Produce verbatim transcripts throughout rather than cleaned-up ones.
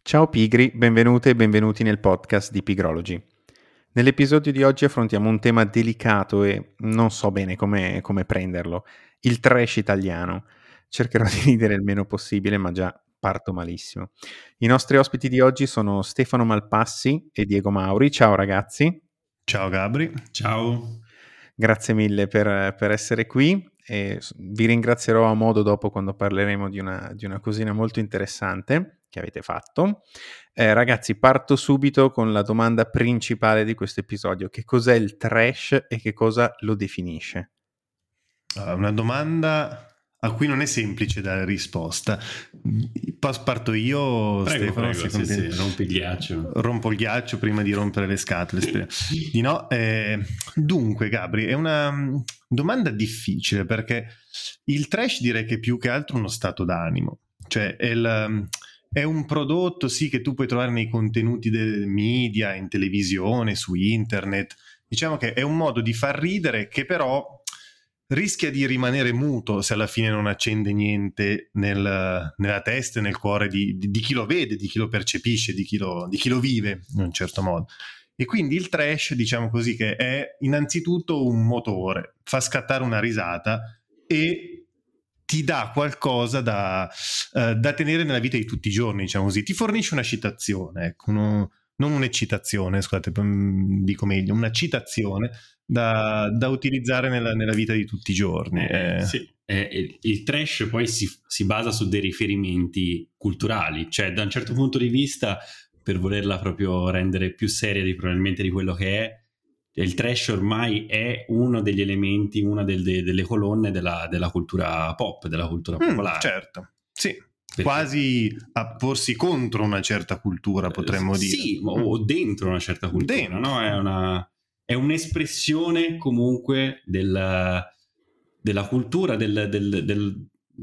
Ciao pigri, benvenute e benvenuti nel podcast di Pigrology. Nell'episodio di oggi affrontiamo un tema delicato e non so bene come, come prenderlo, il trash italiano. Cercherò di ridere il meno possibile, ma già parto malissimo. I nostri ospiti di oggi sono Stefano Malpassi e Diego Mauri. Ciao ragazzi. Ciao Gabri. Ciao. Grazie mille per, per essere qui e vi ringrazierò a modo dopo quando parleremo di una, di una cosina molto interessante che avete fatto. Eh, ragazzi, parto subito con la domanda principale di questo episodio. Che cos'è il trash e che cosa lo definisce? Uh, una domanda a cui non è semplice dare risposta. Parto io, prego, Stefano, prego, sì, sì, rompi il ghiaccio. Rompo il ghiaccio prima di rompere le scatole. Di no, eh, dunque, Gabri, è una domanda difficile perché il trash direi che è più che altro uno stato d'animo. Cioè, è, il, è un prodotto, sì, che tu puoi trovare nei contenuti dei media, in televisione, su internet. Diciamo che è un modo di far ridere che però rischia di rimanere muto se alla fine non accende niente nel, nella testa e nel cuore di, di, di chi lo vede, di chi lo percepisce, di chi lo, di chi lo vive in un certo modo. E quindi il trash, diciamo così, che è innanzitutto un motore, fa scattare una risata e ti dà qualcosa da, uh, da tenere nella vita di tutti i giorni, diciamo così. Ti fornisce una citazione, ecco, uno, non un'eccitazione, scusate, dico meglio, una citazione Da, da utilizzare nella, nella vita di tutti i giorni. Eh, sì. eh, il trash poi si, si basa su dei riferimenti culturali, cioè da un certo punto di vista, per volerla proprio rendere più seria di, probabilmente di quello che è, il trash ormai è uno degli elementi, una del, de, delle colonne della, della cultura pop, della cultura popolare. Mm, certo, sì. Perché? Quasi a porsi contro una certa cultura, potremmo eh, dire. Sì, o dentro una certa cultura, dentro. No? È una... è un'espressione comunque del, della cultura, del, del, del,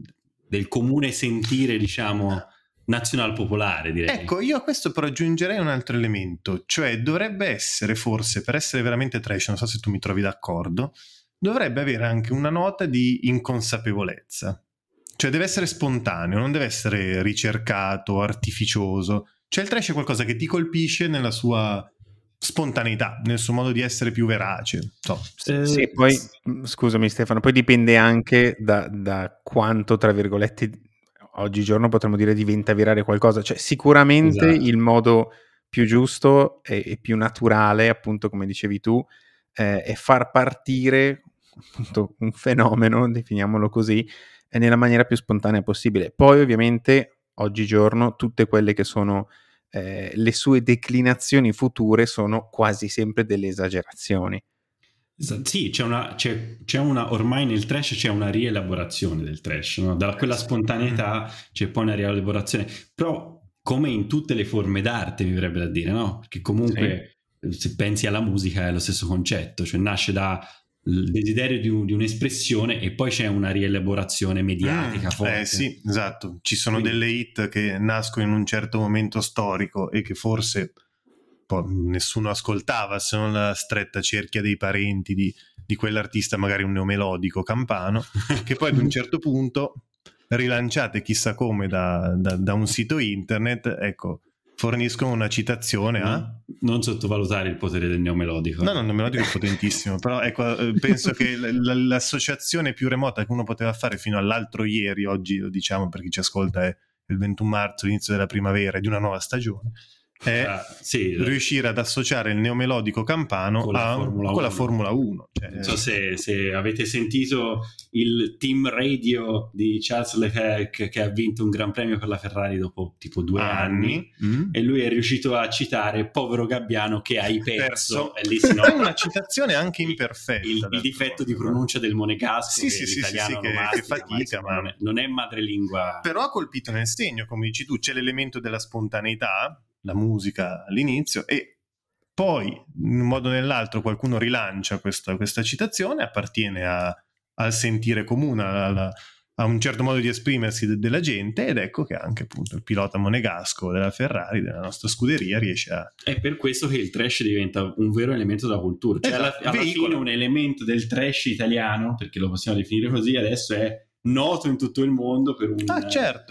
del comune sentire, diciamo, nazional popolare, direi. Ecco, io a questo però aggiungerei un altro elemento, cioè dovrebbe essere forse, per essere veramente trash, non so se tu mi trovi d'accordo, dovrebbe avere anche una nota di inconsapevolezza. Cioè deve essere spontaneo, non deve essere ricercato, artificioso. Cioè il trash è qualcosa che ti colpisce nella sua spontaneità, nel suo modo di essere più verace. So. Eh, sì, poi scusami Stefano, poi dipende anche da, da quanto, tra virgolette, oggigiorno potremmo dire diventa virale qualcosa. Cioè sicuramente esatto. Il modo più giusto e, e più naturale, appunto come dicevi tu, eh, è far partire appunto un fenomeno, definiamolo così, nella maniera più spontanea possibile. Poi ovviamente oggigiorno tutte quelle che sono eh, le sue declinazioni future sono quasi sempre delle esagerazioni. Sì, c'è una, c'è, c'è una ormai nel trash c'è una rielaborazione del trash, no? Da quella spontaneità c'è poi una rielaborazione, però come in tutte le forme d'arte mi verrebbe da dire, no? Perché comunque sì. Se pensi alla musica è lo stesso concetto, cioè nasce da il desiderio di, un, di un'espressione e poi c'è una rielaborazione mediatica mm, forte. Eh sì, esatto, ci sono Quindi. delle hit che nascono in un certo momento storico e che forse poi nessuno ascoltava se non la stretta cerchia dei parenti di, di quell'artista, magari un neomelodico campano, che poi ad un certo punto rilanciate chissà come da, da, da un sito internet, ecco, forniscono una citazione no, a... Non sottovalutare il potere del neomelodico. No, no, il neomelodico è potentissimo, però ecco, penso che l- l'associazione più remota che uno poteva fare fino all'altro ieri, oggi lo diciamo per chi ci ascolta è il ventuno marzo, l'inizio della primavera di una nuova stagione, è uh, sì, riuscire ad associare il neomelodico campano con la, a, Formula, con la Formula uno. Cioè, non so se, se avete sentito il team radio di Charles Leclerc che ha vinto un gran premio per la Ferrari dopo tipo due anni, anni mm. e lui è riuscito a citare povero Gabbiano che hai perso, perso. E lì si nota una citazione anche imperfetta, il, il difetto di pronuncia del monegasco, sì, sì, sì, l'italiano sì, sì, che, che fatica, ma non è, non è madrelingua, però ha colpito nel segno, come dici tu, c'è l'elemento della spontaneità, la musica all'inizio, e poi in un modo o nell'altro qualcuno rilancia questa, questa citazione, appartiene a, al sentire comune, alla, a un certo modo di esprimersi de, della gente, ed ecco che anche appunto il pilota monegasco della Ferrari, della nostra scuderia, riesce a... È per questo che il trash diventa un vero elemento della cultura, cioè esatto, alla, alla fine un elemento del trash italiano, perché lo possiamo definire così, adesso è noto in tutto il mondo per un... Ah certo,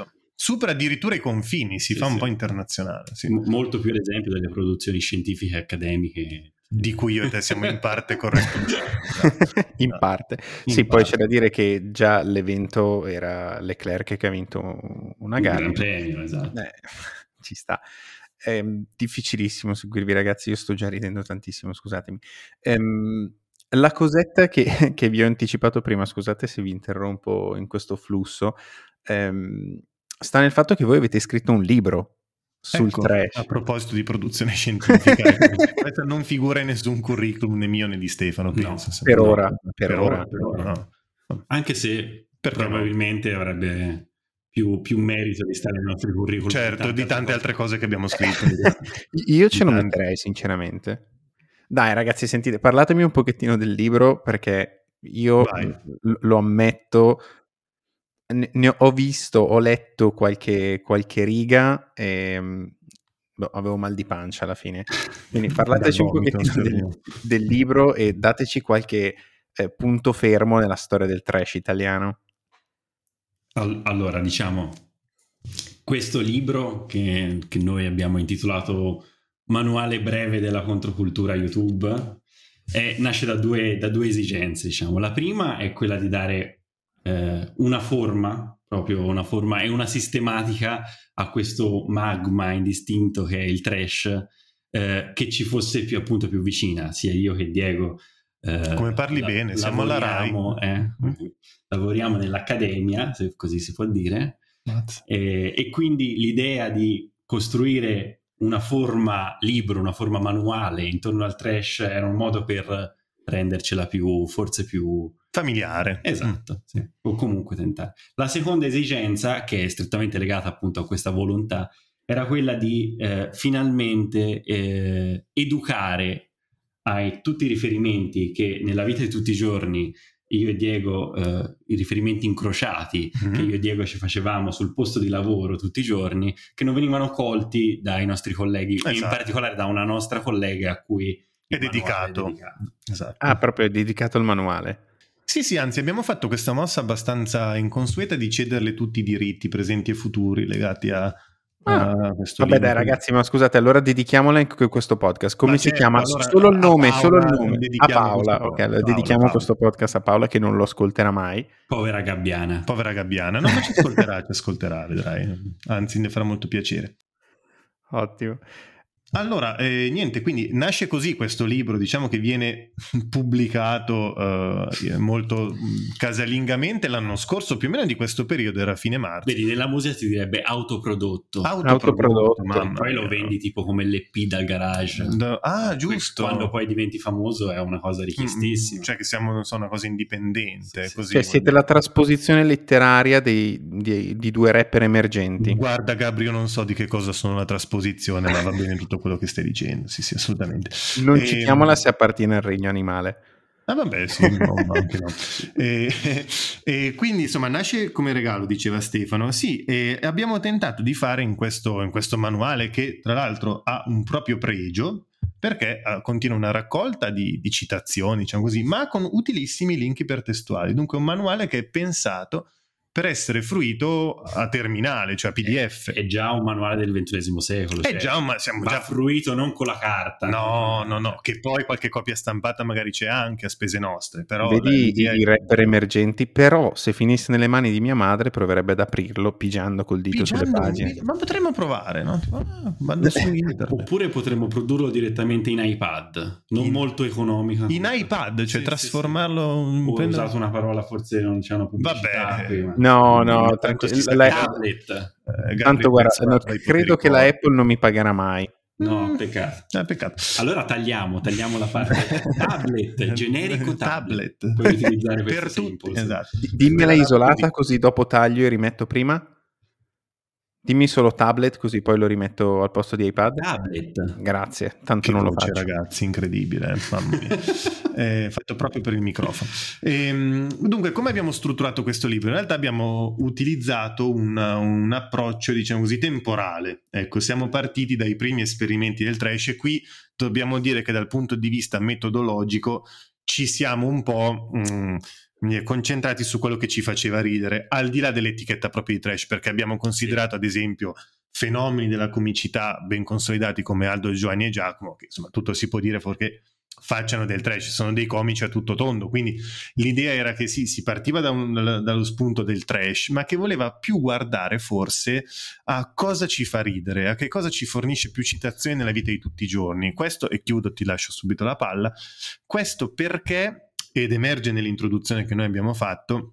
supera addirittura i confini, si sì, fa un sì. po' internazionale. Sì. M- molto più ad esempio delle produzioni scientifiche accademiche. Di cui io e te siamo in parte corrispondenti. in No. parte. In Sì, parte. poi c'è da dire che già l'evento era Leclerc che ha vinto una Un gara. gran premio, esatto. Eh, ci sta. È difficilissimo seguirvi, ragazzi, io sto già ridendo tantissimo, scusatemi. Ehm, la cosetta che, che vi ho anticipato prima, scusate se vi interrompo in questo flusso, ehm, sta nel fatto che voi avete scritto un libro sul Ecco, trash. a proposito di produzione scientifica, questa non figura in nessun curriculum né mio né di Stefano, penso. No, per no, ora, per, per ora. ora, per ora no. Anche se Perché probabilmente no? avrebbe più, più merito di stare nei nostri curriculum. Certo, di tante altre cose che abbiamo scritto. Io ce lo tante... metterei, sinceramente. Dai, ragazzi, sentite, parlatemi un pochettino del libro, perché io l- lo ammetto, ne, ne ho visto, ho letto qualche, qualche riga e boh, avevo mal di pancia alla fine. Quindi parlateci un vomito, pochettino del, del libro e dateci qualche eh, punto fermo nella storia del trash italiano. Allora, diciamo, questo libro che, che noi abbiamo intitolato Manuale breve della controcultura YouTube è, nasce da due, da due esigenze, diciamo. La prima è quella di dare eh, una forma, proprio una forma e una sistematica a questo magma indistinto che è il trash, eh, che ci fosse più, appunto, più vicina, sia io che Diego. Eh, Come parli la, bene, siamo alla Rai. Eh, lavoriamo nell'accademia, se così si può dire, e, e quindi l'idea di costruire una forma libro, una forma manuale intorno al trash era un modo per rendercela più, forse più familiare. Esatto, sì. O comunque tentare. La seconda esigenza, che è strettamente legata appunto a questa volontà, era quella di eh, finalmente eh, educare ai tutti i riferimenti che nella vita di tutti i giorni io e Diego, eh, i riferimenti incrociati mm-hmm. che io e Diego ci facevamo sul posto di lavoro tutti i giorni, che non venivano colti dai nostri colleghi, esatto. in particolare da una nostra collega a cui è dedicato. è dedicato. Esatto. Ah, proprio è dedicato al manuale. Sì, sì, anzi abbiamo fatto questa mossa abbastanza inconsueta di cederle tutti i diritti presenti e futuri legati a Ah, questo vabbè dai ragazzi, ma scusate, allora dedichiamola anche questo podcast. Come ma si certo, chiama? Allora, solo il nome, Paola, solo il nome. A Paola, ok, allora dedichiamo Paola. questo podcast a Paola che non lo ascolterà mai. Povera Gabbiana. Povera Gabbiana, no, ma ci ascolterà, ci ascolterà, vedrai. Anzi, ne farà molto piacere. Ottimo. Allora, eh, niente, quindi nasce così questo libro, diciamo che viene pubblicato eh, molto casalingamente l'anno scorso, più o meno di questo periodo, era fine marzo. Vedi, nella musica si direbbe autoprodotto. Autoprodotto, autoprodotto mamma poi mia. Lo vendi tipo come l'E P dal garage. No, ah, giusto. Quando poi diventi famoso è una cosa richiestissima. Mm, cioè che siamo, non so, una cosa indipendente. Sì, così, cioè siete la trasposizione letteraria dei, di, di due rapper emergenti. Guarda Gabri, io non so di che cosa sono la trasposizione, ma va bene tutto quello che stai dicendo, sì sì assolutamente. Non e... citiamola se appartiene al regno animale. Ah vabbè sì, no, anche no. E, e quindi insomma nasce come regalo, diceva Stefano, sì, e abbiamo tentato di fare in questo, in questo manuale che tra l'altro ha un proprio pregio, perché uh, contiene una raccolta di, di citazioni, diciamo così, ma con utilissimi link ipertestuali, dunque un manuale che è pensato per essere fruito a terminale, cioè a P D F. È già un manuale del ventunesimo secolo. È cioè, già un, siamo va già fruito non con la carta. No, no, no, che poi qualche copia stampata magari c'è anche a spese nostre. Però vedi i, i rapper emergenti, però se finisse nelle mani di mia madre proverebbe ad aprirlo pigiando col dito pigiando, sulle pagine. Ma potremmo provare, no? Ah, vado su internet. Oppure potremmo produrlo direttamente in iPad, non in, molto economico. In iPad, cioè sì, trasformarlo... Sì, sì. Ho prendere... usato una parola, forse non c'è una pubblicità. Vabbè, prima. No, no, tranquillo. La... Tablet. Eh, Tanto guarda, no, credo che la Apple non mi pagherà mai. No, peccato. Eh, peccato. Allora tagliamo, tagliamo la parte tablet, generico tablet. tablet. Puoi utilizzare per tutti. Esatto. Dimmela isolata così dopo taglio e rimetto prima. Dimmi solo tablet così poi lo rimetto al posto di iPad. Tablet. Grazie, tanto che non voce, lo faccio. Ragazzi, incredibile, eh? Mamma mia. È fatto proprio per il microfono. E, dunque, come abbiamo strutturato questo libro? In realtà abbiamo utilizzato un, un approccio, diciamo così, temporale. Ecco, siamo partiti dai primi esperimenti del trash e qui dobbiamo dire che dal punto di vista metodologico ci siamo un po' mh, Quindi concentrati su quello che ci faceva ridere, al di là dell'etichetta proprio di trash, perché abbiamo considerato, ad esempio, fenomeni della comicità ben consolidati come Aldo, Giovanni e Giacomo, che insomma tutto si può dire perché facciano del trash, sono dei comici a tutto tondo, quindi l'idea era che sì, si partiva da un, dallo spunto del trash, ma che voleva più guardare forse a cosa ci fa ridere, a che cosa ci fornisce più citazioni nella vita di tutti i giorni. Questo, e chiudo, ti lascio subito la palla, questo perché, ed emerge nell'introduzione che noi abbiamo fatto,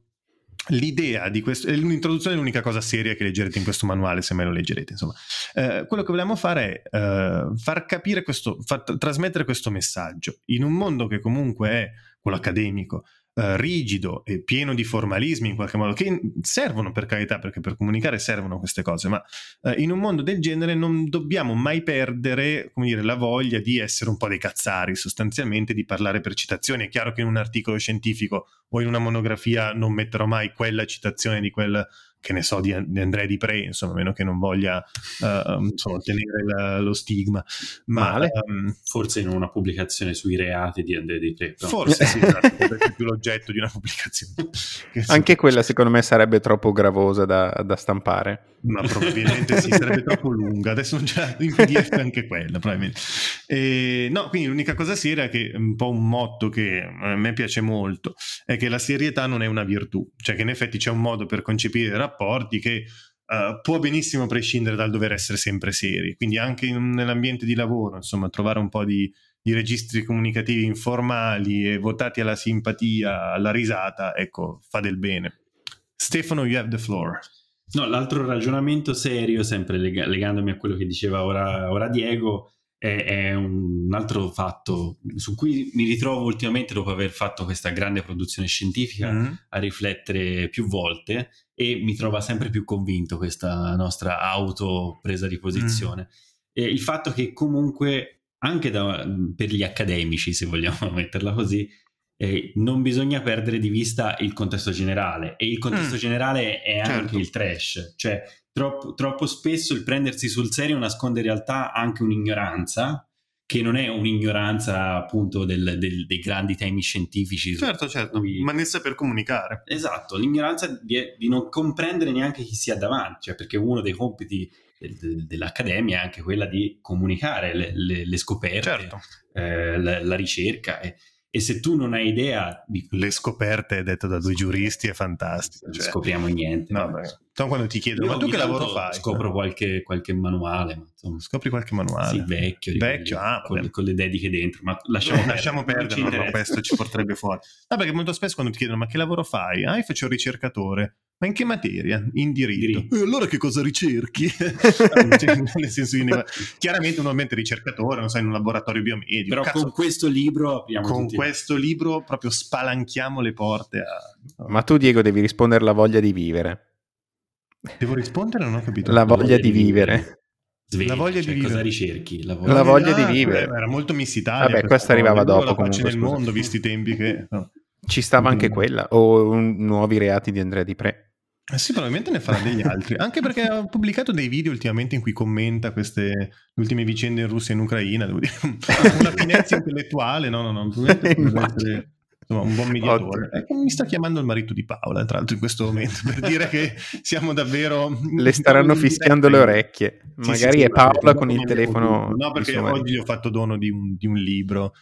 l'idea di questo, l'introduzione è l'unica cosa seria che leggerete in questo manuale, se mai lo leggerete, insomma. Eh, quello che volevamo fare è eh, far capire questo, far trasmettere questo messaggio in un mondo che comunque è quello accademico, eh, rigido e pieno di formalismi in qualche modo, che servono, per carità, perché per comunicare servono queste cose, ma eh, in un mondo del genere non dobbiamo mai perdere, come dire, la voglia di essere un po' dei cazzari, sostanzialmente, di parlare per citazioni. È chiaro che in un articolo scientifico o in una monografia non metterò mai quella citazione di quel, che ne so, di, di André Di Pré, insomma, a meno che non voglia uh, insomma, ottenere la, lo stigma. Ma um, forse in una pubblicazione sui reati di André Di Pré. Forse sì, esatto, è più l'oggetto di una pubblicazione. Anche quella secondo me sarebbe troppo gravosa da, da stampare. Ma probabilmente sì, sarebbe troppo lunga. Adesso non c'è in P D F anche quella, probabilmente. E, no, quindi l'unica cosa seria, che è un po' un motto che a me piace molto, è che la serietà non è una virtù, cioè che in effetti c'è un modo per concepire i rapporti che uh, può benissimo prescindere dal dover essere sempre seri, quindi anche in, nell'ambiente di lavoro, insomma, trovare un po' di, di registri comunicativi informali e votati alla simpatia, alla risata, ecco, fa del bene. Stefano, you have the floor. No, l'altro ragionamento serio, sempre leg- legandomi a quello che diceva ora, ora Diego, è, è un altro fatto su cui mi ritrovo ultimamente, dopo aver fatto questa grande produzione scientifica, mm-hmm. a riflettere più volte, e mi trova sempre più convinto questa nostra auto presa di posizione. Mm. E il fatto che comunque, anche da, per gli accademici, se vogliamo metterla così, Eh, non bisogna perdere di vista il contesto generale, e il contesto mm. generale è anche certo. il trash, cioè troppo, troppo spesso il prendersi sul serio nasconde in realtà anche un'ignoranza, che non è un'ignoranza appunto del, del, dei grandi temi scientifici. Certo, certo, cui... ma nel saper comunicare. Esatto, l'ignoranza di, di non comprendere neanche chi sia davanti, cioè perché uno dei compiti del, del, dell'accademia è anche quella di comunicare le, le, le scoperte, certo. eh, la, la ricerca, e E se tu non hai idea di le scoperte, detto da due giuristi, è fantastico. Non cioè... scopriamo niente. No, beh. Insomma, quando ti chiedono, io ma tu che lavoro fai? Scopro qualche, qualche manuale. Ma insomma, scopri qualche manuale? Sì, vecchio. Vecchio, quelli, ah, con, con le dediche dentro. Ma lasciamo, lasciamo perdere, perdere no, questo ci porterebbe fuori. No, perché molto spesso quando ti chiedono, ma che lavoro fai? Ah, io faccio il ricercatore. Ma in che materia? In diritto. diritto. E allora che cosa ricerchi? Nel senso, io, chiaramente uno mente ricercatore, non sai, in un laboratorio biomedico. Però Cazzo, con questo libro apriamo con tutti. questo libro proprio spalanchiamo le porte a... Ma tu, Diego, devi rispondere la voglia di vivere. Devo rispondere? Non ho capito. La voglia, la voglia di vivere. vivere. Svegli, la voglia cioè, di vivere. Cosa ricerchi? La voglia, la voglia ah, di vivere. Era molto Miss Italia. Vabbè, questa arrivava dopo. La comunque, nel mondo, visti i tempi che... No. Ci stava anche quella, o un, nuovi reati di Andrea Di Pré. Eh sì, probabilmente ne farà degli altri, anche perché ho pubblicato dei video ultimamente in cui commenta queste ultime vicende in Russia e in Ucraina, devo dire, una finezza intellettuale, no, no, no, essere, insomma, un buon mediatore. Eh, mi sta chiamando il marito di Paola, tra l'altro, in questo momento, per dire che siamo davvero... Le staranno fischiando le orecchie, magari sì, sì, è Paola con il telefono... No, perché oggi gli ho fatto dono di un, di un libro.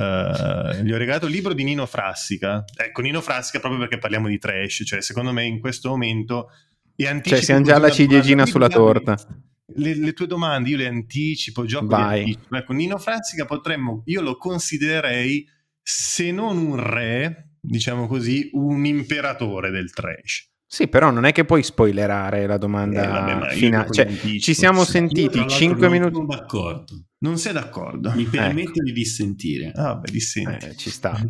Uh, gli ho regalato il libro di Nino Frassica. Ecco, Nino Frassica proprio perché parliamo di trash, cioè secondo me in questo momento e anticipo, cioè siamo già alla ciliegina sulla torta. Le, le tue domande io le anticipo, gioco Vai. di anticipo. Ecco, Nino Frassica potremmo, io lo considererei, se non un re, diciamo così, un imperatore del trash. Sì, però non è che puoi spoilerare la domanda eh, finale. Cioè, ci siamo sentiti cinque minuti. Non sono d'accordo. Non sei d'accordo? Mi permetto ecco. di dissentire. Ah, beh, dissenti. Eh, ci sta.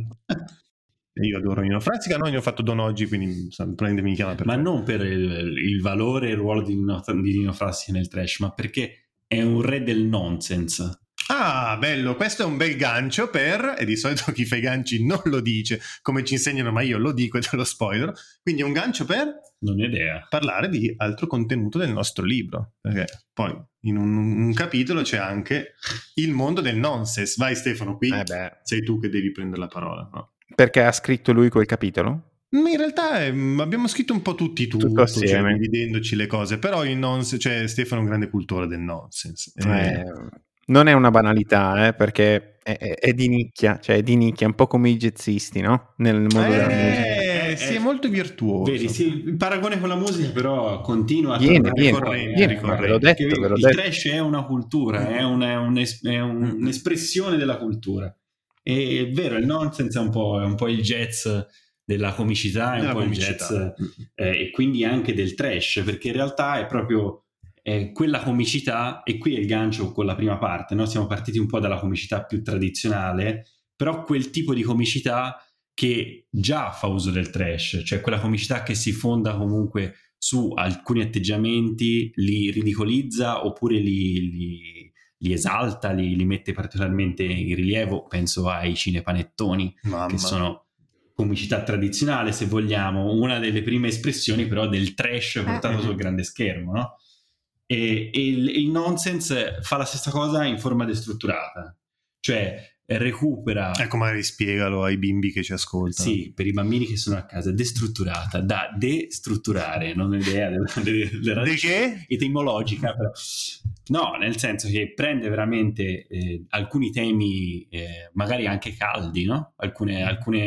Io adoro Nino Frassica, no, gli ho fatto dono oggi, quindi mi chiama per ma te. Non per il, il valore e il ruolo di Nino, di Nino Frassica nel trash, ma perché è un re del nonsense. Ah, bello, questo è un bel gancio per, e di solito chi fa i ganci non lo dice, come ci insegnano, ma io lo dico e te lo spoiler, quindi è un gancio per non ho idea. Parlare di altro contenuto del nostro libro, perché poi in un, un capitolo c'è anche il mondo del nonsense. Vai Stefano, qui eh beh. sei tu che devi prendere la parola, no? Perché ha scritto lui quel capitolo? In realtà è, abbiamo scritto un po' tutti tutto, tutto cioè, assieme, dividendoci le cose, però il nonsense, cioè Stefano è un grande cultore del nonsense. eh, Eh, non è una banalità, eh, perché è, è- è di nicchia, cioè è di nicchia, un po' come i jazzisti, no? Nel mondo della musica. eh, Eh, sì, eh, è molto virtuoso. Vedi, sì, il paragone con la musica però continua a Viene, tornare viene, fuori, ricorrente, eh, viene, ma ve l'ho ricorrente. perché detto, ve l'ho il detto. trash è una cultura, è, un- è un'es- è un- Mm. un'espressione della cultura. E è vero, il nonsense è un po', è un po' il jazz della comicità, è un Della po' comicità. il jazz eh, e quindi anche del trash, perché in realtà è proprio eh, quella comicità, e qui è il gancio con la prima parte, no? Siamo partiti un po' dalla comicità più tradizionale, però quel tipo di comicità che già fa uso del trash, cioè quella comicità che si fonda comunque su alcuni atteggiamenti, li ridicolizza oppure li, li, li esalta, li, li mette particolarmente in rilievo. Penso ai cinepanettoni, Mamma. che sono comicità tradizionale, se vogliamo, una delle prime espressioni però del trash portato sul grande schermo, no? E, e il, il nonsense fa la stessa cosa in forma destrutturata, cioè recupera, Ecco, magari spiegalo ai bimbi che ci ascoltano. sì, per i bambini che sono a casa, destrutturata, da destrutturare, non ho idea della, della Di che? etimologica, però. No, nel senso che prende veramente eh, alcuni temi, eh, magari anche caldi, no? Alcune,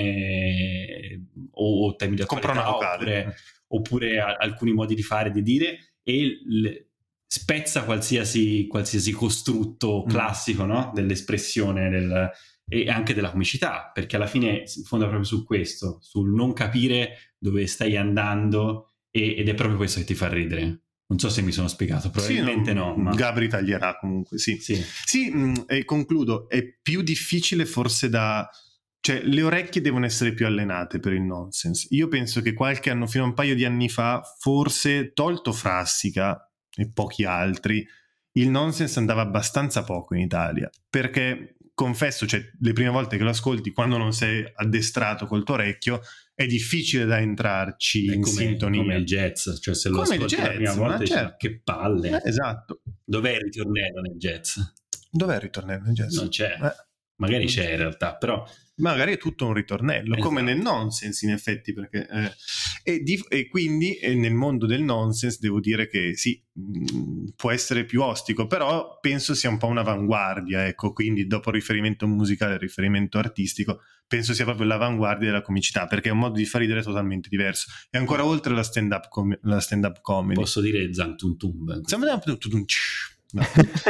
alcune o, o temi di attualità, oppure, oppure a, alcuni modi di fare, di dire, e l, spezza qualsiasi, qualsiasi costrutto classico, no? Dell'espressione, del, e anche della comicità, perché alla fine si fonda proprio su questo, sul non capire dove stai andando, e, ed è proprio questo che ti fa ridere. Non so se mi sono spiegato, probabilmente sì, no, no. Ma... Gabri taglierà comunque, sì. Sì, sì mh, e concludo, è più difficile forse da... Cioè, le orecchie devono essere più allenate per il nonsense. Io penso che qualche anno, fino a un paio di anni fa, forse, tolto Frassica e pochi altri, il nonsense andava abbastanza poco in Italia, perché... confesso, cioè le prime volte che lo ascolti, quando non sei addestrato col tuo orecchio, è difficile da entrarci è in come, sintonia. come il jazz, cioè se lo come ascolti jazz, la prima volta dici, certo. ma che palle. Eh, esatto. Dov'è il ritornello nel jazz? Dov'è il ritornello nel jazz? Non c'è. Eh. Magari c'è in realtà, però... magari è tutto un ritornello, esatto. Come nel nonsense in effetti, perché eh, e, di, e quindi eh, nel mondo del nonsense devo dire che sì, mh, può essere più ostico, però penso sia un po' un'avanguardia, ecco, quindi dopo il riferimento musicale, il riferimento artistico, penso sia proprio l'avanguardia della comicità, perché è un modo di far ridere totalmente diverso, è ancora oltre la stand-up, com- la stand-up comedy. Posso dire Zantuntum? No.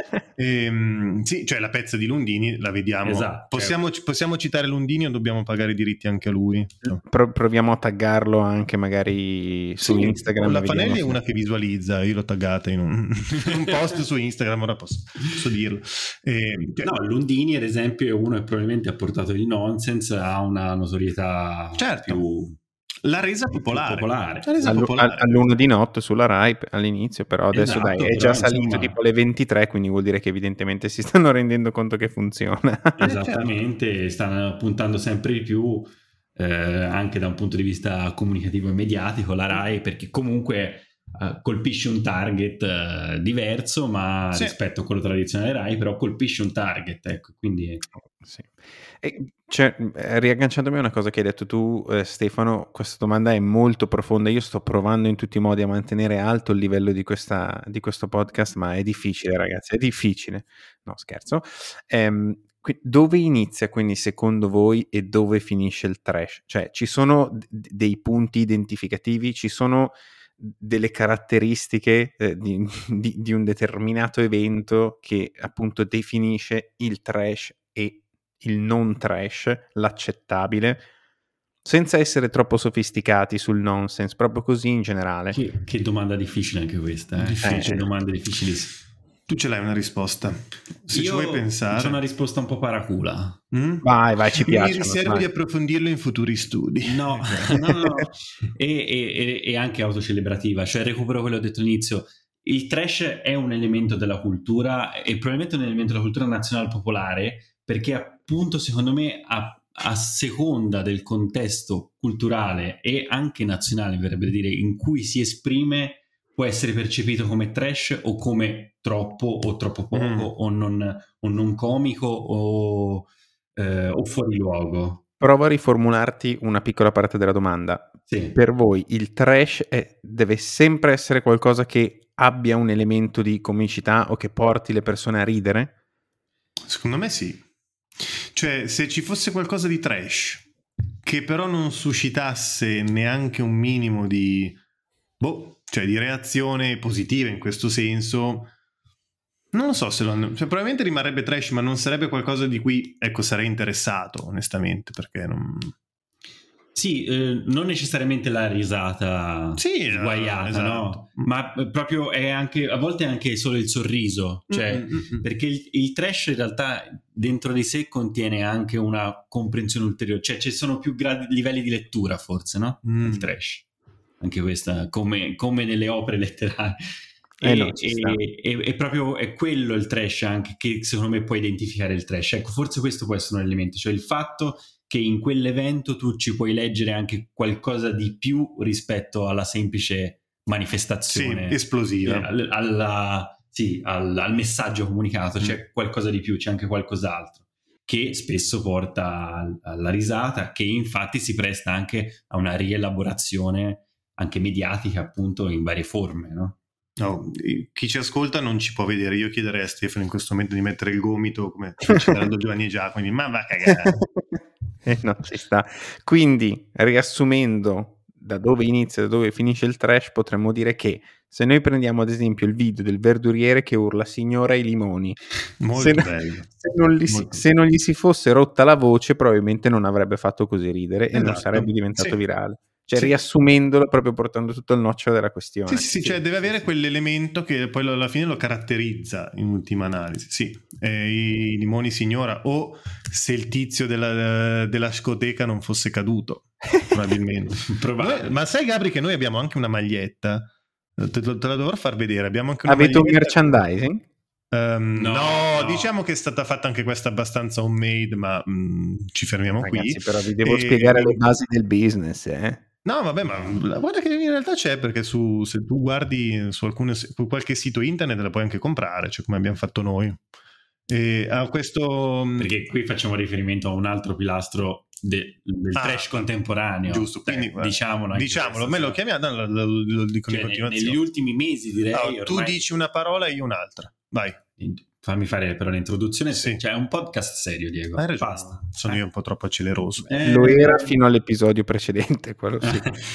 ehm, sì, cioè la pezza di Lundini la vediamo. Esatto, possiamo, certo. possiamo citare Lundini o dobbiamo pagare i diritti anche a lui? No. Pro- proviamo a taggarlo anche magari su sì, Instagram. La Fanelli se... è una che visualizza, io l'ho taggata in un, in un post su Instagram, ora posso, posso dirlo. Eh, cioè... No, Lundini ad esempio è uno che probabilmente ha portato il nonsense a una notorietà certo. più... La resa popolare, popolare. La resa All'u- popolare. all'uno di notte sulla Rai all'inizio, però adesso esatto, dai, è però, già salito insomma... tipo alle ventitré, quindi vuol dire che evidentemente si stanno rendendo conto che funziona. Esattamente, stanno puntando sempre di più eh, anche da un punto di vista comunicativo e mediatico la Rai, perché comunque eh, colpisce un target eh, diverso, ma sì. rispetto a quello tradizionale Rai, però colpisce un target, ecco, quindi... Sì. E cioè, riagganciandomi a una cosa che hai detto tu, eh, Stefano, questa domanda è molto profonda. Io sto provando in tutti i modi a mantenere alto il livello di, questa, di questo podcast, ma è difficile, ragazzi, è difficile. No, scherzo. Ehm, qui, dove inizia quindi secondo voi e dove finisce il trash? Cioè, ci sono d- dei punti identificativi, ci sono delle caratteristiche eh, di, di, di un determinato evento che appunto definisce il trash e il non trash, l'accettabile, senza essere troppo sofisticati sul nonsense, proprio così in generale. Che, che domanda difficile anche questa, eh? Difficile, eh. domande difficilissime. Tu ce l'hai una risposta? Se Io ci vuoi pensare. C'è una risposta un po' paracula. Mm? Vai, vai, ci piace. Mi riservo di approfondirlo in futuri studi. No, no, no, no. E, e, e anche autocelebrativa, cioè recupero quello che ho detto all'inizio. Il trash è un elemento della cultura e probabilmente un elemento della cultura nazionale popolare, perché appunto secondo me a, a seconda del contesto culturale e anche nazionale, verrebbe dire, in cui si esprime, può essere percepito come trash o come troppo o troppo poco mm. o, non, o non comico o, eh, o fuori luogo. provo a riformularti una piccola parte della domanda. Sì. Per voi il trash è, deve sempre essere qualcosa che abbia un elemento di comicità o che porti le persone a ridere? Secondo me sì. Cioè, se ci fosse qualcosa di trash che però non suscitasse neanche un minimo di boh, cioè di reazione positiva in questo senso, non lo so se lo hanno, cioè, probabilmente rimarrebbe trash, ma non sarebbe qualcosa di cui, ecco, sarei interessato onestamente, perché non... Sì, eh, non necessariamente la risata sì, sguaiata, esatto. no? Ma proprio è anche, a volte è anche solo il sorriso, cioè, mm-hmm. perché il, il trash in realtà dentro di sé contiene anche una comprensione ulteriore, cioè ci sono più gradi, livelli di lettura forse, no? Mm. Il trash, anche questa, come, come nelle opere letterarie. Eh e, no, e, e, e proprio è quello il trash anche che secondo me può identificare il trash. Ecco, forse questo può essere un elemento, cioè il fatto che in quell'evento tu ci puoi leggere anche qualcosa di più rispetto alla semplice manifestazione, sì, esplosiva, eh, alla, alla, sì, al, al messaggio comunicato, mm. c'è qualcosa di più, c'è anche qualcos'altro che spesso porta alla risata, che infatti si presta anche a una rielaborazione anche mediatica, appunto, in varie forme, no? No, chi ci ascolta non ci può vedere. Io chiederei a Stefano in questo momento di mettere il gomito come ci dando Giovanni e Giacomo, ma va a cagare. Eh no, ci sta. Quindi, riassumendo da dove inizia e da dove finisce il trash, potremmo dire che se noi prendiamo ad esempio il video del verduriere che urla signora ai limoni, molto se, bello. Se, non gli si, se non gli si fosse rotta la voce, probabilmente non avrebbe fatto così ridere, esatto, e non sarebbe diventato sì. virale. Cioè, sì. riassumendolo, proprio portando tutto il nocciolo della questione. Sì, sì, sì, cioè deve avere quell'elemento che poi alla fine lo caratterizza in ultima analisi. Sì, eh, i limoni signora, o se il tizio della, della scoteca non fosse caduto, probabilmente. Probabile. Ma sai, Gabri, che noi abbiamo anche una maglietta, te, te la dovrò far vedere. Abbiamo anche una Avete maglietta... un merchandising? Um, no, no, no, diciamo che è stata fatta anche questa abbastanza homemade, ma mh, ci fermiamo Ragazzi, qui. Però vi devo e... spiegare le basi del business, eh? No, vabbè, ma guarda che in realtà c'è, perché su, se tu guardi su, alcune, su qualche sito internet la puoi anche comprare, cioè come abbiamo fatto noi. E a questo... Perché qui facciamo riferimento a un altro pilastro de, del ah, trash contemporaneo. Giusto, quindi eh, diciamolo. Diciamolo, me lo chiamiamo, no, lo, lo, lo dico cioè, in continuazione. Negli ultimi mesi direi... No, ormai... Tu dici una parola e io un'altra, vai. Fammi fare però l'introduzione, sì. Cioè è un podcast serio, Diego. Hai ragione. Basta. Sono eh. io un po' troppo acceleroso. Eh, Lo era fino all'episodio precedente, quello sì.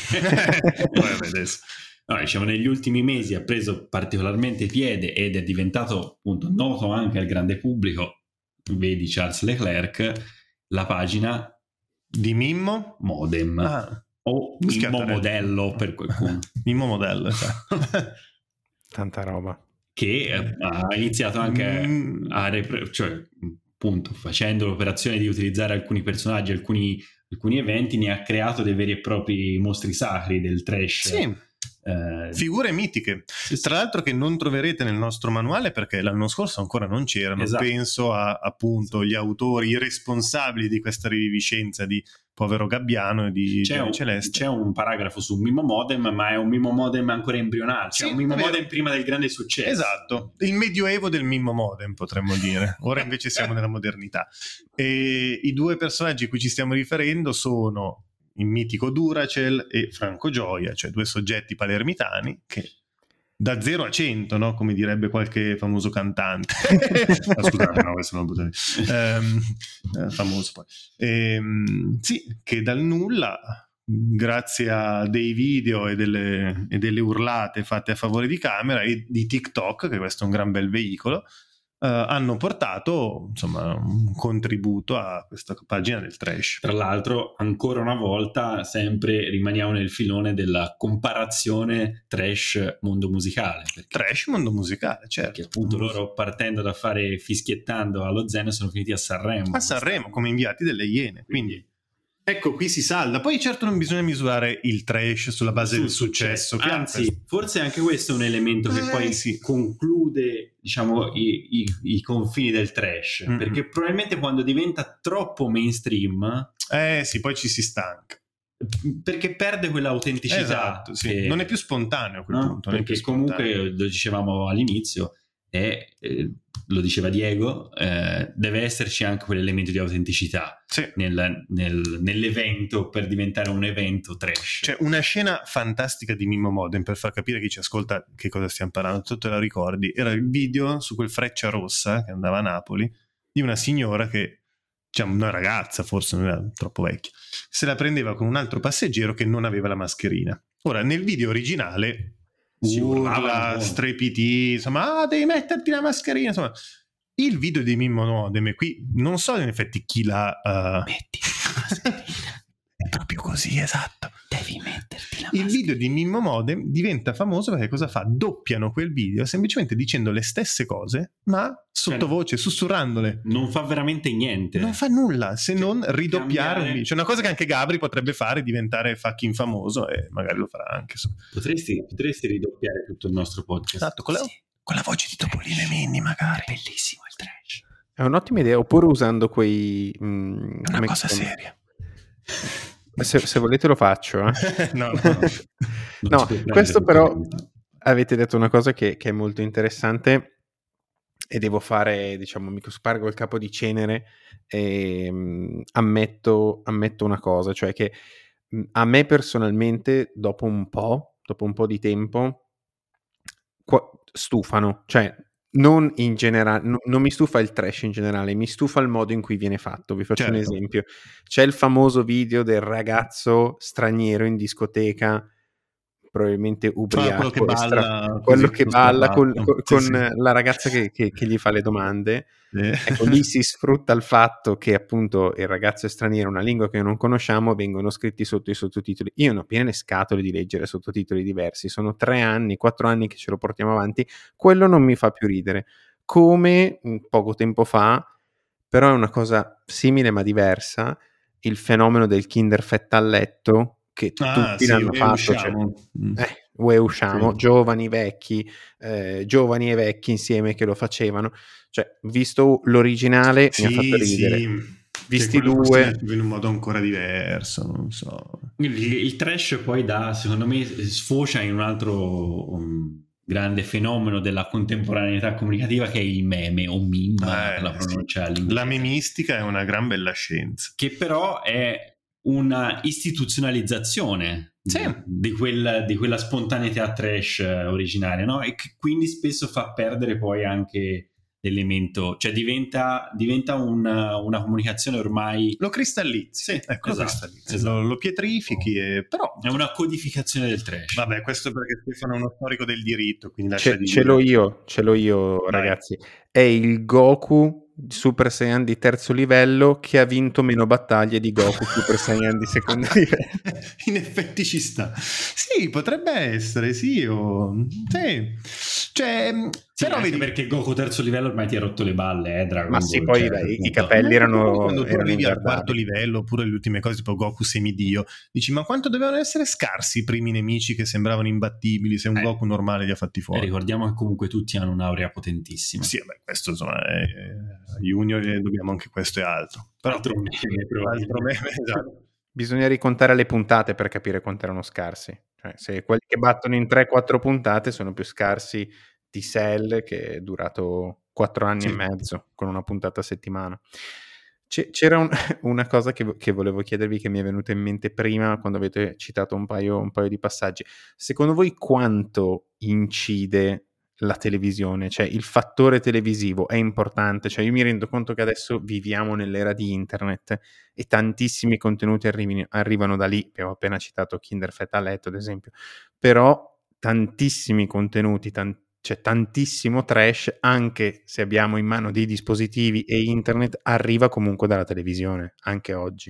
Vabbè, adesso. No, diciamo, negli ultimi mesi ha preso particolarmente piede ed è diventato appunto noto anche al grande pubblico, vedi Charles Leclerc, la pagina di Mimmo Modem ah. o Mimmo Modello per qualcuno. Mimmo Modello, esatto. Tanta roba. Che ha iniziato anche mm. a repre- cioè appunto facendo l'operazione di utilizzare alcuni personaggi, alcuni, alcuni eventi, ne ha creato dei veri e propri mostri sacri del trash. Sì. Eh, figure mitiche, sì, tra l'altro, che non troverete nel nostro manuale perché l'anno scorso ancora non c'erano. Esatto. Penso a appunto gli autori, i responsabili di questa riviviscenza di Povero Gabbiano e di c'è un, Celeste. C'è un paragrafo su Mimmo Modem, ma è un Mimmo Modem ancora embrionale, cioè sì, un Mimmo Modem prima del grande successo. Esatto, il medioevo del Mimmo Modem potremmo dire. Ora invece siamo nella modernità. E i due personaggi a cui ci stiamo riferendo sono il mitico Duracell e Franco Gioia, cioè due soggetti palermitani che da zero a cento, no? Come direbbe qualche famoso cantante. ah, scusate, no, questo non lo potevo dire. Um, famoso poi. Ehm, sì, che dal nulla, grazie a dei video e delle, e delle urlate fatte a favore di camera e di TikTok, che questo è un gran bel veicolo, Uh, hanno portato insomma un contributo a questa pagina del trash. Tra l'altro, ancora una volta, sempre rimaniamo nel filone della comparazione trash mondo musicale. Trash mondo musicale, certo. Perché appunto loro, partendo da fare Fischiettando allo Zen, sono finiti a Sanremo. A Sanremo, come inviati delle Iene, quindi... Ecco, qui si salda. Poi certo non bisogna misurare il trash sulla base Sul del successo. successo. Anzi, forse anche questo è un elemento che eh, poi sì. conclude, diciamo, i, i, i confini del trash. Mm-hmm. Perché probabilmente quando diventa troppo mainstream... Eh sì, poi ci si stanca. Perché perde quell'autenticità. Esatto, sì. Che, non è più spontaneo a quel no? punto. Perché comunque, lo dicevamo all'inizio, è... Eh, lo diceva Diego, eh, deve esserci anche quell'elemento di autenticità sì. nel, nel, nell'evento per diventare un evento trash. C'è una scena fantastica di Mimmo Modem, per far capire a chi ci ascolta che cosa stiamo parlando, tu te la ricordi, era il video su quel Freccia Rossa che andava a Napoli di una signora che, diciamo una ragazza, forse non era troppo vecchia, se la prendeva con un altro passeggero che non aveva la mascherina. Ora nel video originale si urla, strepiti, insomma, ah, devi metterti la mascherina, insomma. Il video di Mimmo Modem qui non so in effetti chi l'ha uh... metti la mascherina. È proprio così, esatto, devi metterti la mascherina. Il video di Mimmo Modem diventa famoso perché cosa fa? Doppiano quel video semplicemente dicendo le stesse cose ma sottovoce, sussurrandole. Non fa veramente niente, non fa nulla se non ridoppiare. Cambiare... C'è una cosa che anche Gabri potrebbe fare, diventare fucking famoso, e magari lo farà anche. Potresti, potresti ridoppiare tutto il nostro podcast. Esatto, con la, sì. con la voce di Topolino e Minni magari. È bellissimo il trash. È un'ottima idea, oppure usando quei... Mh, è una cosa seria. Se, se volete lo faccio. Eh. no, no, no. no questo però avete detto una cosa che, che è molto interessante e devo fare, diciamo, mi spargo il capo di cenere e mh, ammetto, ammetto una cosa, cioè che mh, a me personalmente dopo un po', dopo un po' di tempo qua, stufano, cioè non in generale, no, non mi stufa il trash in generale, mi stufa il modo in cui viene fatto. Vi faccio certo. un esempio. C'è il famoso video del ragazzo straniero in discoteca, probabilmente ubriaco, ah, quello che balla, estra- quello che balla con, con, con sì, sì. la ragazza che, che, che gli fa le domande. Eh. Ecco, lì si sfrutta il fatto che appunto il ragazzo è straniero, una lingua che non conosciamo, vengono scritti sotto i sottotitoli. Io non ho piene scatole di leggere sottotitoli diversi, sono tre anni, quattro anni che ce lo portiamo avanti, quello non mi fa più ridere. Come poco tempo fa, però è una cosa simile ma diversa, il fenomeno del Kinderfetta a letto, che ah, tutti sì, l'hanno fatto, usciamo. Cioè, eh, ue usciamo, sì. giovani, vecchi, eh, giovani e vecchi insieme che lo facevano, cioè visto l'originale sì, mi ha fatto ridere, sì. visti due in un modo ancora diverso, non so. Il, il trash poi da, secondo me, sfocia in un altro um, grande fenomeno della contemporaneità comunicativa che è il meme o meme, eh, la pronuncia sì. La memistica è una gran bella scienza, che però è una istituzionalizzazione sì. di, di, quel, di quella spontaneità trash originaria, no? E che quindi spesso fa perdere poi anche l'elemento, cioè diventa, diventa una, una comunicazione ormai... Lo cristallizzi, sì, ecco, esatto, lo, cristallizzi. Esatto. Lo, lo pietrifichi, e, però... È una codificazione del trash. Vabbè, questo perché Stefano è uno storico del diritto, quindi lascia ce, di ce l'ho io, ce l'ho io Dai. ragazzi. È il Goku Super Saiyan di terzo livello che ha vinto meno battaglie di Goku Super Saiyan di secondo livello. In effetti ci sta. Sì, potrebbe essere, sì, o... sì. Cioè, sì, però anche vedi... perché Goku terzo livello ormai ti ha rotto le balle, eh, Dragon Ma Ball, sì, poi cioè, dai, punto. i capelli erano quando tu erano arrivi al ingardabili. quarto livello, oppure le ultime cose tipo Goku semidio, dici ma quanto dovevano essere scarsi i primi nemici che sembravano imbattibili se un eh. Goku normale li ha fatti fuori. E ricordiamo che comunque tutti hanno un'aurea potentissima. Sì, vabbè, questo insomma è... Junior dobbiamo anche questo e altro. Però altro meme, altro meme, esatto. Bisogna ricontare le puntate per capire quanto erano scarsi. Cioè, se quelli che battono in tre quattro puntate sono più scarsi di Cell, che è durato quattro anni sì. e mezzo con una puntata a settimana. C- c'era un, una cosa che, che volevo chiedervi, che mi è venuta in mente prima quando avete citato un paio, un paio di passaggi. Secondo voi quanto incide la televisione, cioè il fattore televisivo è importante? Cioè io mi rendo conto che adesso viviamo nell'era di internet e tantissimi contenuti arrivino, arrivano da lì. Abbiamo appena citato Kinderfetta a letto ad esempio, però tantissimi contenuti, tan- c'è tantissimo trash, anche se abbiamo in mano dei dispositivi e internet, arriva comunque dalla televisione anche oggi.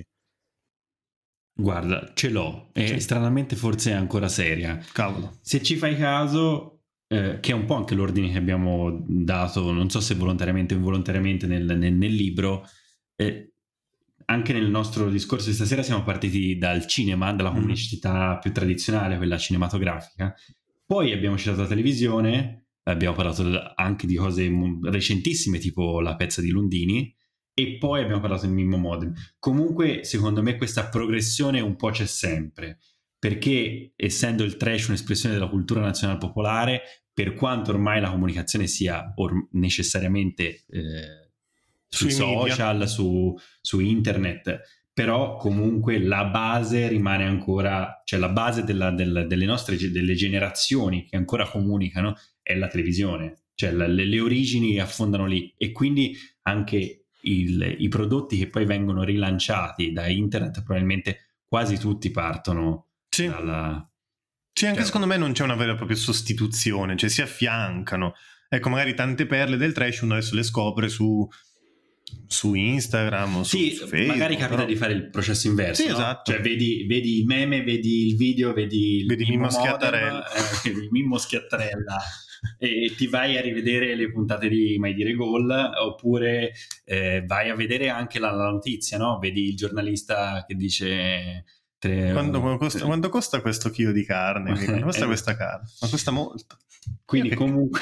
Guarda, ce l'ho e sì. stranamente forse è ancora seria. Cavolo, se ci fai caso, Eh, che è un po' anche l'ordine che abbiamo dato, non so se volontariamente o involontariamente nel, nel, nel libro, eh, anche nel nostro discorso di stasera siamo partiti dal cinema, dalla comunicità mm. più tradizionale, quella cinematografica, poi abbiamo citato la televisione, abbiamo parlato anche di cose recentissime tipo La pezza di Lundini e poi abbiamo parlato di Mimmo Modem. Comunque secondo me questa progressione un po' c'è sempre, perché essendo il trash un'espressione della cultura nazionale popolare, per quanto ormai la comunicazione sia or- necessariamente eh, sui, sui social, su, su internet, però comunque la base rimane ancora, cioè la base della, della, delle nostre delle generazioni che ancora comunicano è la televisione, cioè la, le, le origini affondano lì, e quindi anche il, i prodotti che poi vengono rilanciati da internet probabilmente quasi tutti partono sì. dalla... Sì, anche cioè, secondo me non c'è una vera e propria sostituzione, cioè si affiancano. Ecco, magari tante perle del trash uno adesso le scopre su, su Instagram o sì, su, su Facebook. Magari capita però... di fare il processo inverso, sì, no? esatto. Cioè vedi, vedi il meme, vedi il video, vedi il vedi Mimmo, Mimmo Schiattarella, eh, il Mimmo Schiattarella e ti vai a rivedere le puntate di Mai Dire Gol, oppure eh, vai a vedere anche la, la notizia, no? Vedi il giornalista che dice... Tre, quando, quando, costa, tre... quando costa questo chilo di carne? Quando costa eh, questa carne? Ma costa molto. Quindi comunque...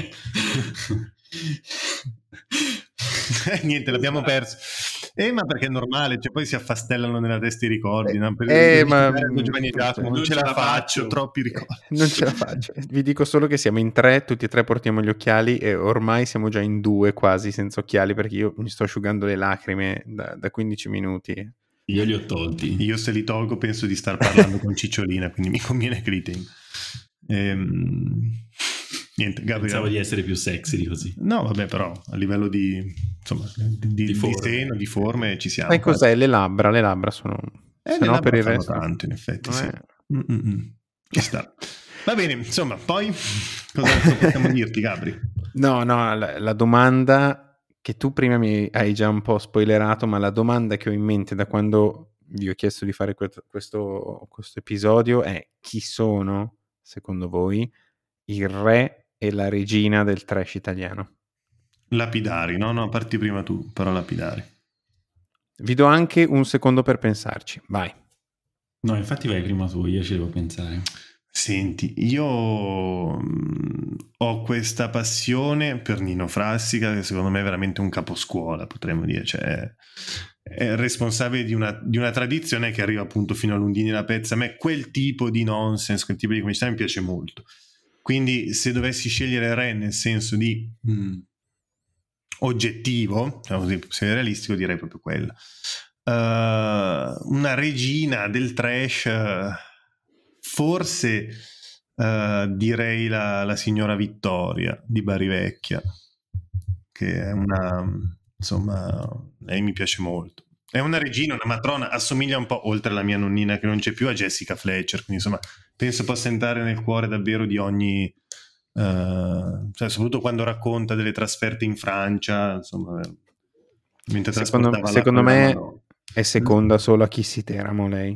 eh, niente, l'abbiamo perso. Eh, ma perché è normale, cioè poi si affastellano nella testa i ricordi. No? Per eh, ma Giovanni Giacomo, non, non ce la, la faccio, faccio, troppi ricordi. Non ce la faccio. Vi dico solo che siamo in tre, tutti e tre portiamo gli occhiali e ormai siamo già in due quasi senza occhiali, perché io mi sto asciugando le lacrime da, da quindici minuti. Io li ho tolti. Io se li tolgo penso di star parlando con Cicciolina, quindi mi conviene che li tengo. Ehm... Niente, Gabriele. Pensavo di essere più sexy di così. No, vabbè, però a livello di insomma di, di, di, forme. di seno, di forme ci siamo. Sai cos'è? Le labbra, le labbra sono eh, se no per il resto tanto, in effetti, sì. Eh. Ci sta. Va bene, insomma, poi cosa possiamo dirti, Gabri? No, no, la, la domanda che tu prima mi hai già un po' spoilerato, ma la domanda che ho in mente da quando vi ho chiesto di fare questo, questo, questo episodio è: chi sono, secondo voi, il re e la regina del trash italiano? Lapidari, no? No, parti prima tu, però lapidari. Vi do anche un secondo per pensarci, vai. No, infatti vai prima tu, io ci devo pensare. Senti, io mh, ho questa passione per Nino Frassica, che secondo me è veramente un caposcuola, potremmo dire, cioè è responsabile di una, di una tradizione che arriva appunto fino a Lundini La Pezza. A me quel tipo di nonsense, quel tipo di comicità mi piace molto. Quindi se dovessi scegliere re nel senso di mh, oggettivo, diciamo così, se realistico, direi proprio quella. Uh, una regina del trash, uh, forse uh, direi la, la signora Vittoria di Bari Vecchia, che è una, insomma, lei mi piace molto. È una regina, una matrona, assomiglia un po', oltre alla mia nonnina che non c'è più, a Jessica Fletcher, quindi insomma penso possa entrare nel cuore davvero di ogni, uh, cioè, soprattutto quando racconta delle trasferte in Francia, insomma, mentre secondo, trasportava secondo la me mano. È seconda solo a Chissiteramo lei.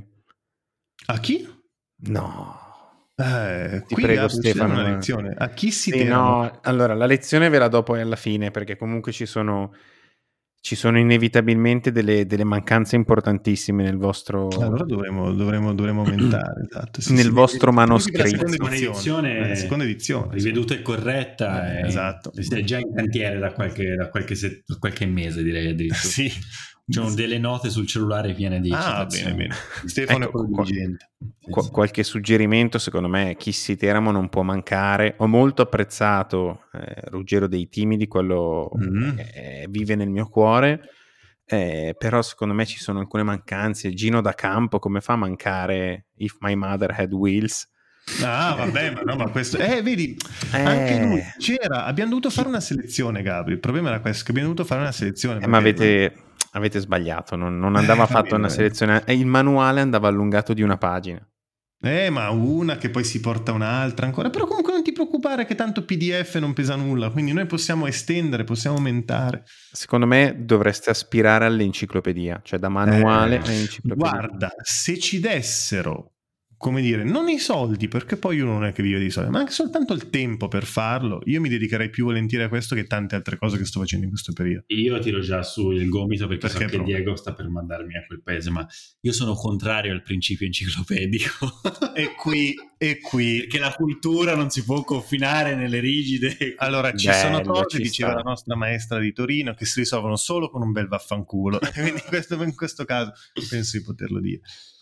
A chi? No. Eh, Ti qui prego Stefano. Una lezione. A chi si sì, no, allora la lezione ve la do poi alla fine, perché comunque ci sono ci sono inevitabilmente delle, delle mancanze importantissime nel vostro allora dovremo, dovremo, dovremo aumentare esatto, sì, nel sì, vostro sì, manoscritto. la seconda edizione, la seconda edizione riveduta e corretta, eh, esatto, è già in cantiere da qualche, da qualche, set, da qualche mese, direi addirittura. Sì. Ci sono delle note sul cellulare piene di ah, bene, bene. Stefano ecco, è quello diligente. Qu- sì. Qualche suggerimento, secondo me, Chissiteramo non può mancare. Ho molto apprezzato eh, Ruggero dei Timidi, quello mm. che vive nel mio cuore, eh, però secondo me ci sono alcune mancanze. Gino da Campo, come fa a mancare If My Mother Had Wheels? Ah, vabbè, ma no, ma questo eh, vedi, eh... anche lui c'era. Abbiamo dovuto fare una selezione, Gabri. Il problema era questo: che abbiamo dovuto fare una selezione. Eh, ma avete, avete sbagliato, non, non andava eh, fatta una selezione. Il manuale andava allungato di una pagina. Eh, ma una che poi si porta un'altra ancora. Però comunque non ti preoccupare, che tanto P D F non pesa nulla, quindi noi possiamo estendere, possiamo aumentare. Secondo me dovreste aspirare all'enciclopedia, cioè da manuale eh, a enciclopedia. Guarda, se ci dessero, come dire, non i soldi, perché poi io non è che vivo di soldi, ma anche soltanto il tempo per farlo, io mi dedicherei più volentieri a questo che tante altre cose che sto facendo in questo periodo. Io tiro già su il gomito perché, perché so che proprio. Diego sta per mandarmi a quel paese, ma io sono contrario al principio enciclopedico. E qui, e qui. Perché la cultura non si può confinare nelle rigide. Allora, ci Bello, sono cose, diceva sta. la nostra maestra di Torino, che si risolvono solo con un bel vaffanculo. Quindi in questo, in questo caso penso di poterlo dire.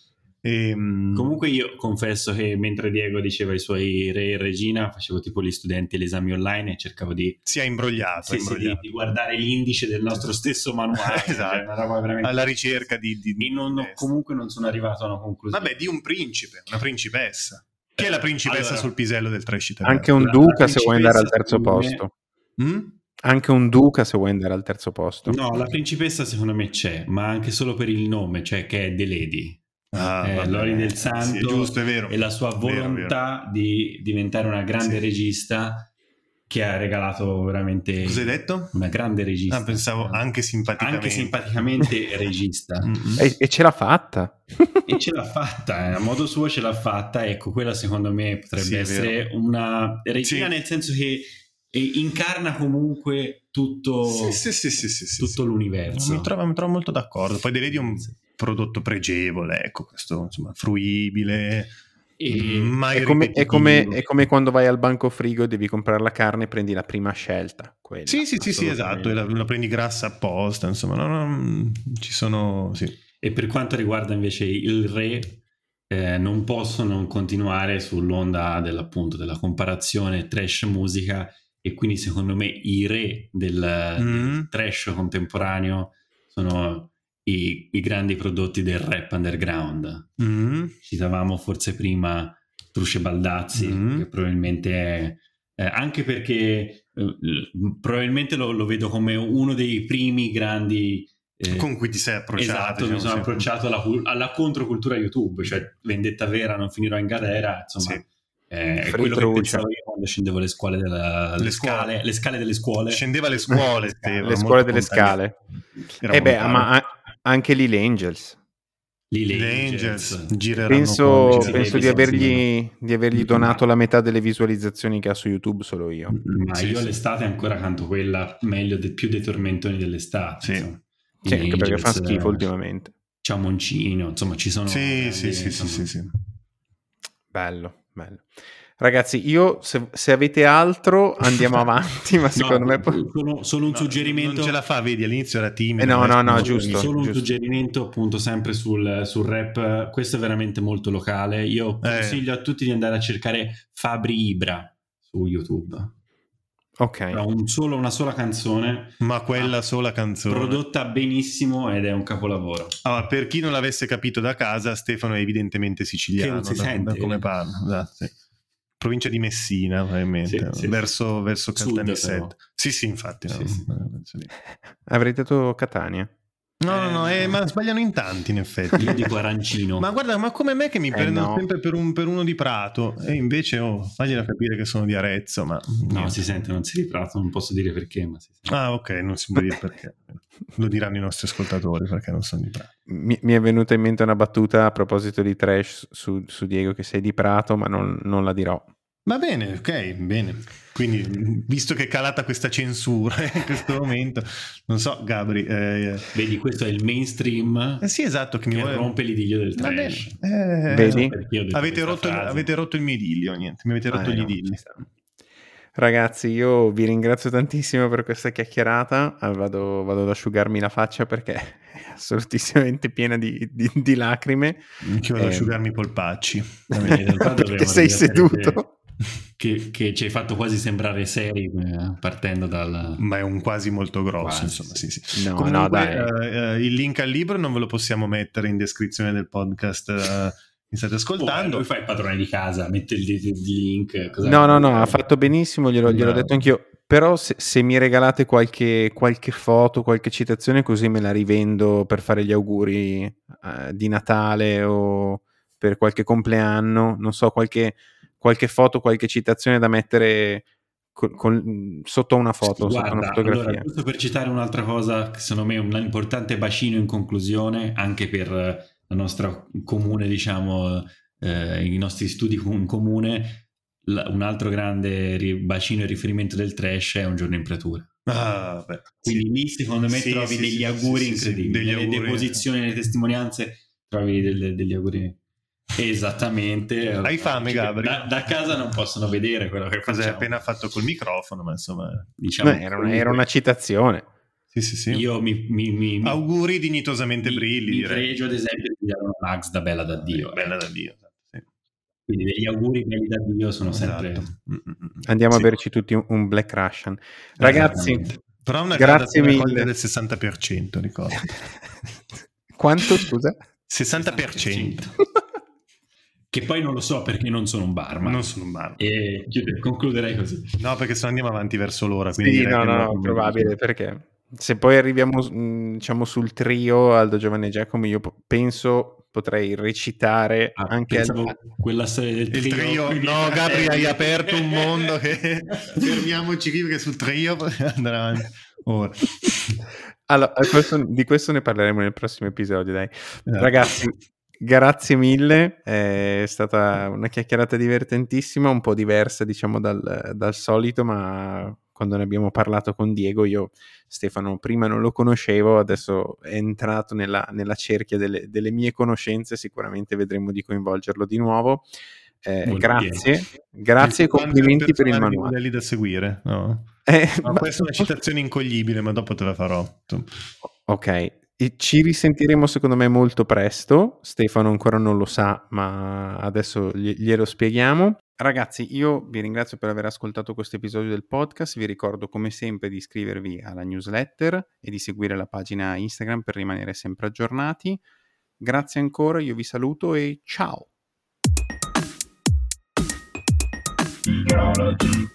E, comunque io confesso che mentre Diego diceva i suoi re e regina, facevo tipo gli studenti agli online e cercavo di si è imbrogliato, sì, imbrogliato. Sì, di, di guardare l'indice del nostro stesso manuale. Esatto. Cioè una roba veramente... alla ricerca di, di, e non, no, comunque non sono arrivato a una conclusione. Vabbè, di un principe, una principessa. Chi è la principessa allora, sul pisello del trash italiano? Anche un duca se vuoi andare al terzo posto. Me... Mm? Anche un duca se vuoi andare al terzo posto. No, la principessa secondo me c'è, ma anche solo per il nome, cioè che è The Lady. Ah, eh, Lori del Santo, sì, è giusto, è vero. E la sua volontà vero, vero. di diventare una grande sì. regista che ha regalato veramente Cos'hai detto? Una grande regista. Ah, pensavo anche simpaticamente anche simpaticamente regista e, e ce l'ha fatta e ce l'ha fatta, eh. a modo suo ce l'ha fatta. Ecco, quella secondo me potrebbe sì, essere una regina sì. nel senso che incarna comunque tutto, sì, sì, sì, sì, sì, tutto sì. l'universo. Mi trovo, mi trovo molto d'accordo. Poi The Lady è un prodotto pregevole, ecco, questo insomma fruibile. E mai è, come, è, come, è come quando vai al banco frigo e devi comprare la carne e prendi la prima scelta. Quella, sì, sì, sì, sì, esatto. E la, la prendi grassa apposta, insomma, no, no, ci sono. Sì. E per quanto riguarda invece il re, eh, non posso non continuare sull'onda dell'appunto della comparazione trash musica. E quindi secondo me i re del, mm. del trash contemporaneo sono i, i grandi prodotti del rap underground. Mm. Citavamo forse prima Truce Baldazzi, mm. che probabilmente è, eh, anche perché eh, probabilmente lo, lo vedo come uno dei primi grandi eh, con cui ti sei approcciato. Esatto, diciamo, mi sono approcciato alla, alla controcultura YouTube, cioè Vendetta Vera, Non finirò in galera, insomma. Sì. Eh, è quello che pensavo io quando scendevo le scuole della, le, le scale le scale delle scuole scendeva le scuole Steve, le scuole delle scale e eh beh ma anche Lil Angels Lil Angels penso, penso di avergli di avergli donato la metà delle visualizzazioni che ha su YouTube solo io, ma sì, io sì. l'estate ancora canto quella meglio de, più dei tormentoni dell'estate, sì, sì anche perché fa schifo ultimamente. C'è Moncino, insomma ci sono sì sì sì, sì sì sì bello bello. Ragazzi, io se, se avete altro andiamo avanti, ma secondo no, me poi... solo, solo un no, suggerimento. Non ce la fa, vedi, all'inizio era timido. Eh no, no, no, giusto. Solo giusto. un suggerimento appunto sempre sul, sul rap, questo è veramente molto locale. Io consiglio eh. a tutti di andare a cercare Fabri Ibra su YouTube. Ok. Un solo, una sola canzone, ma quella sola canzone prodotta benissimo ed è un capolavoro. Allora, per chi non l'avesse capito da casa, Stefano è evidentemente siciliano, che non si da, sente, da come parla, esatto, sì. Provincia di Messina, probabilmente, sì, sì, verso, verso Caltanissetta. Sì, sì, infatti. Sì, no, sì. Avrei detto Catania. No, no, no, eh, ma sbagliano in tanti, in effetti. Io dico Arancino. Ma guarda, ma come me che mi eh prendono no. sempre per, un, per uno di Prato, e invece, oh, fagliela capire che sono di Arezzo, ma... No, niente. Si sente, non si di Prato, non posso dire perché, ma si sente. Ah, ok, non si può dire perché. Lo diranno i nostri ascoltatori, perché non sono di Prato. Mi, mi è venuta in mente una battuta a proposito di trash su, su Diego, che sei di Prato, ma non, non la dirò. Va bene, ok, bene. Quindi, visto che è calata questa censura in questo momento, non so, Gabri... Eh, Vedi, questo è il mainstream eh sì, esatto, che, che mi vuole... rompe l'idillio del trash. Eh, Vedi? So avete, rotto, avete rotto il mio idillio, niente, mi avete rotto ah, gli no, idilli. Ragazzi, io vi ringrazio tantissimo per questa chiacchierata, vado, vado ad asciugarmi la faccia perché è assolutissimamente piena di, di, di lacrime. Anch'io vado eh, ad asciugarmi i polpacci. Perché sei seduto. Che, che ci hai fatto quasi sembrare seri eh, partendo dal... Ma è un quasi molto grosso, quasi, insomma, sì, sì. No, Comunque, no, dai. Uh, uh, il link al libro non ve lo possiamo mettere in descrizione del podcast uh, mi state ascoltando. Oh, lui fa il padrone di casa, mette il, il, il link. Cosa no, no, no, ha fatto benissimo, glielo, gliel'ho detto anch'io. Però se, se mi regalate qualche, qualche foto, qualche citazione, così me la rivendo per fare gli auguri uh, di Natale o per qualche compleanno, non so, qualche... qualche foto, qualche citazione da mettere con, con, sotto una foto, Guarda, sotto una fotografia. Allora, giusto per citare un'altra cosa, che secondo me è un importante bacino in conclusione, anche per la nostra comune, diciamo, eh, i nostri studi in comune, la, un altro grande ri, bacino e riferimento del trash è Un giorno in pretura. Ah, beh, Quindi sì. lì secondo me sì, trovi sì, degli sì, auguri sì, incredibili, sì, nelle auguri. deposizioni, nelle testimonianze trovi delle, degli auguri. Esattamente. Hai fame, Gabri? Da, da casa non possono vedere quello che facciamo. Hai appena fatto col microfono, ma insomma, diciamo no, era, una, era una citazione. Sì, sì, sì. Io mi, mi, mi auguri dignitosamente mi, brilli. Mi direi. pregio ad esempio di una Magda bella da Dio. Bella da Dio, sì. Quindi degli auguri belli da Dio sono sempre... Esatto. Andiamo sì. a berci tutti un, un Black Russian. Ragazzi, però una grazie mille. del sessanta per cento, ricordo. Quanto, scusa? sessanta per cento. Che poi non lo so perché non sono un barman. Non sono un barman. E concluderei così. No, perché se andiamo avanti verso l'ora. Quindi sì, no, no, no, probabile, perché se poi arriviamo diciamo sul trio Aldo, Giovanni e Giacomo, io penso potrei recitare ah, anche al... quella storia del trio. Il trio, no, Gabri, hai aperto un mondo che fermiamoci qui perché sul trio andrà avanti. Ora. Allora, questo, di questo ne parleremo nel prossimo episodio, dai. Eh. Ragazzi, grazie mille, è stata una chiacchierata divertentissima, un po' diversa diciamo dal, dal solito, ma quando ne abbiamo parlato con Diego, io Stefano prima non lo conoscevo, adesso è entrato nella, nella cerchia delle, delle mie conoscenze, sicuramente vedremo di coinvolgerlo di nuovo. Eh, grazie, grazie e complimenti per il manuale. Modelli da seguire, no? Eh, no, ma questa è una citazione incoglibile, ma dopo te la farò. Ok. E ci risentiremo secondo me molto presto. Stefano ancora non lo sa, ma adesso glielo spieghiamo. Ragazzi, io vi ringrazio per aver ascoltato questo episodio del podcast. Vi ricordo come sempre di iscrivervi alla newsletter e di seguire la pagina Instagram per rimanere sempre aggiornati. Grazie ancora, io vi saluto e ciao.